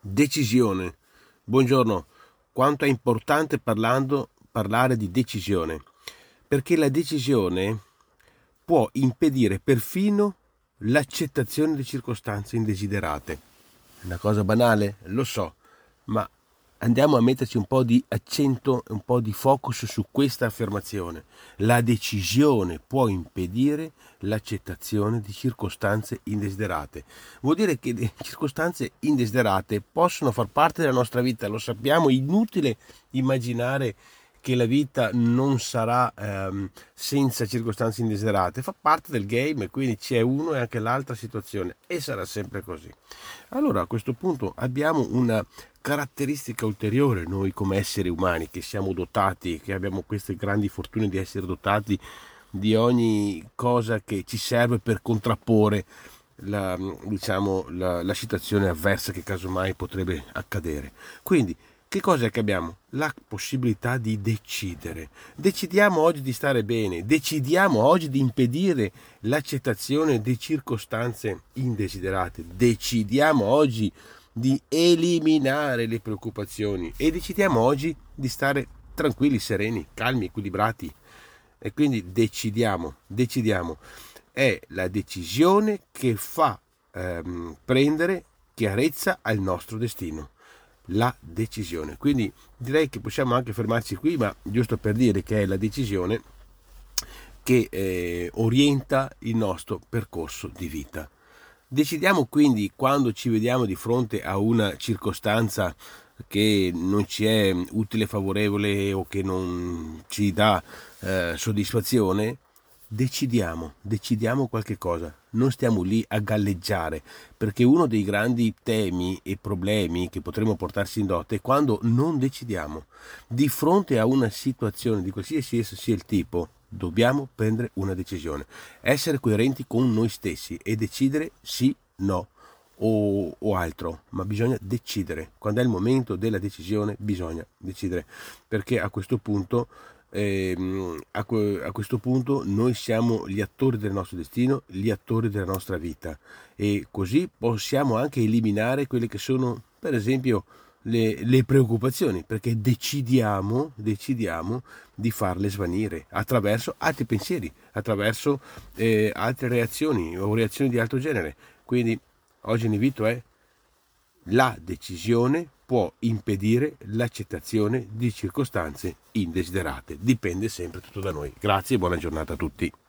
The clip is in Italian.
Decisione. Buongiorno. Quanto è importante parlare di decisione, perché la decisione può impedire perfino l'accettazione di circostanze indesiderate. È una cosa banale, lo so, ma andiamo a metterci un po' di accento, un po' di focus su questa affermazione. La decisione può impedire l'accettazione di circostanze indesiderate. Vuol dire che le circostanze indesiderate possono far parte della nostra vita, lo sappiamo, è inutile immaginare che la vita non sarà senza circostanze indesiderate, fa parte del game, quindi c'è uno e anche l'altra situazione e sarà sempre così. Allora a questo punto abbiamo una caratteristica ulteriore noi come esseri umani che siamo dotati, che abbiamo queste grandi fortune di essere dotati di ogni cosa che ci serve per contrapporre la situazione avversa che casomai potrebbe accadere. Quindi che cosa è che abbiamo? La possibilità di decidere. Decidiamo oggi di stare bene, decidiamo oggi di impedire l'accettazione di circostanze indesiderate, decidiamo oggi di eliminare le preoccupazioni e decidiamo oggi di stare tranquilli, sereni, calmi, equilibrati. E quindi decidiamo. È la decisione che fa prendere chiarezza al nostro destino. La decisione. Quindi direi che possiamo anche fermarci qui, ma giusto per dire che è la decisione che orienta il nostro percorso di vita. Decidiamo quindi quando ci vediamo di fronte a una circostanza che non ci è utile, favorevole o che non ci dà soddisfazione, decidiamo qualche cosa, non stiamo lì a galleggiare, perché uno dei grandi temi e problemi che potremmo portarsi in dote è quando non decidiamo. Di fronte a una situazione di qualsiasi esso sia il tipo, dobbiamo prendere una decisione, essere coerenti con noi stessi e decidere sì, no o altro, ma bisogna decidere. Quando è il momento della decisione bisogna decidere, perché a questo punto noi siamo gli attori del nostro destino, gli attori della nostra vita, e così possiamo anche eliminare quelle che sono, per esempio, le preoccupazioni, perché decidiamo di farle svanire attraverso altri pensieri, attraverso altre reazioni o reazioni di altro genere. Quindi oggi l'invito è: la decisione può impedire l'accettazione di circostanze indesiderate. Dipende sempre tutto da noi. Grazie e buona giornata a tutti.